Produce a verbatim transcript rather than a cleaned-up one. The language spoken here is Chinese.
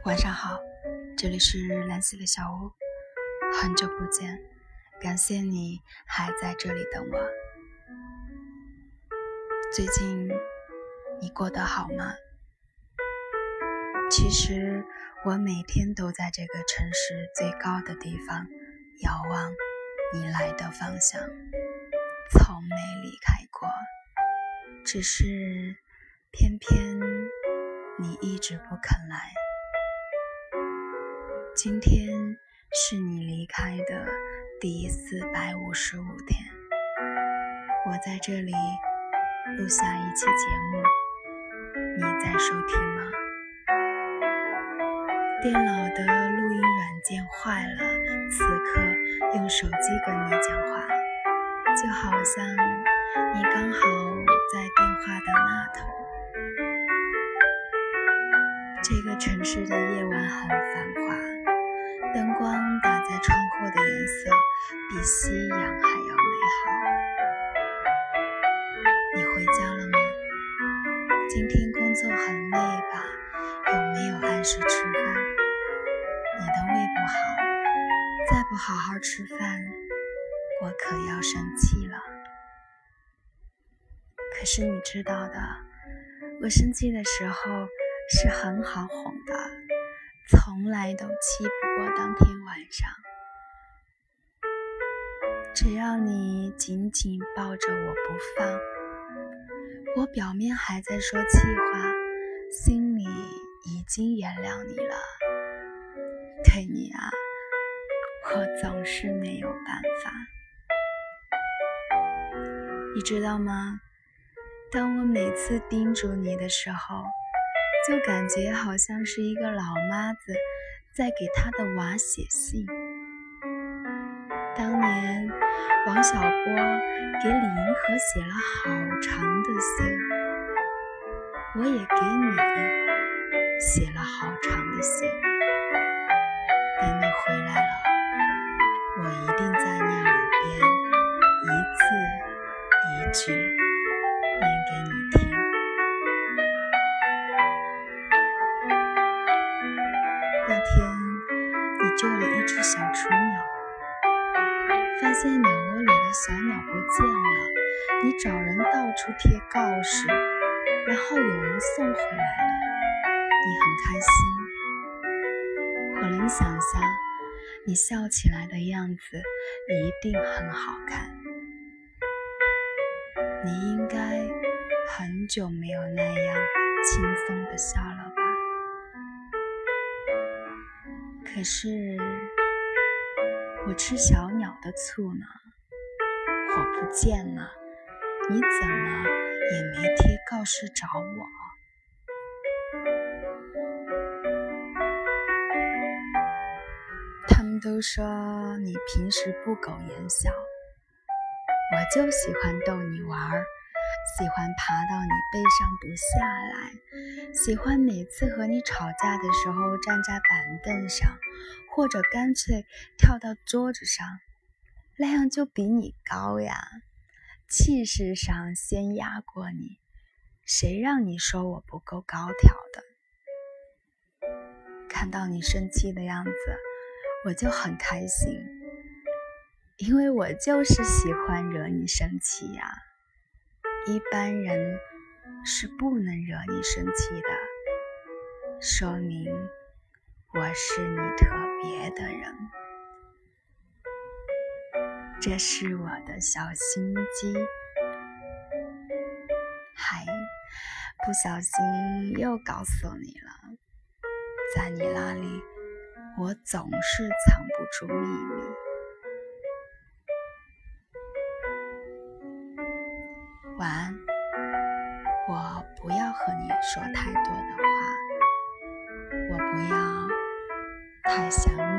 晚上好，这里是蓝色的小屋，很久不见，感谢你还在这里等我。最近你过得好吗？其实我每天都在这个城市最高的地方遥望你来的方向，从没离开过，只是偏偏你一直不肯来。今天是你离开的第四百五十五天，我在这里录下一期节目，你在收听吗？电脑的录音软件坏了，此刻用手机跟你讲话，就好像你刚好在电话的那头。这个城市的夜晚很繁华，灯光打在窗户的颜色比夕阳还要美好。你回家了吗？今天工作很累吧？有没有按时吃饭？你的胃不好，再不好好吃饭，我可要生气了。可是你知道的，我生气的时候是很好哄的，从来都气不过当天晚上。只要你紧紧抱着我不放，我表面还在说气话，心里已经原谅你了。对你啊，我总是没有办法。你知道吗？当我每次叮嘱你的时候，就感觉好像是一个老妈子在给她的娃写信。当年王小波给李银河写了好长的信，我也给你写了好长的信。等你回来了，我一定在你耳边一字一句念给你听。那天你救了一只小雏鸟，发现鸟窝里的小鸟不见了，你找人到处贴告示，然后有人送回来了，你很开心。我能想象你笑起来的样子一定很好看，你应该很久没有那样轻松的笑了吧？可是我吃小鸟的醋呢？我不见了，你怎么也没贴告示找我？他们都说你平时不苟言笑，我就喜欢逗你玩，喜欢爬到你背上不下来，喜欢每次和你吵架的时候站在板凳上，或者干脆跳到桌子上，那样就比你高呀，气势上先压过你，谁让你说我不够高挑的？看到你生气的样子，我就很开心，因为我就是喜欢惹你生气呀。一般人是不能惹你生气的，说明我是你特别的人。这是我的小心机。嗨，不小心又告诉你了，在你那里我总是藏不住秘密。晚安，我不要和你说太多的话，我不要太想你。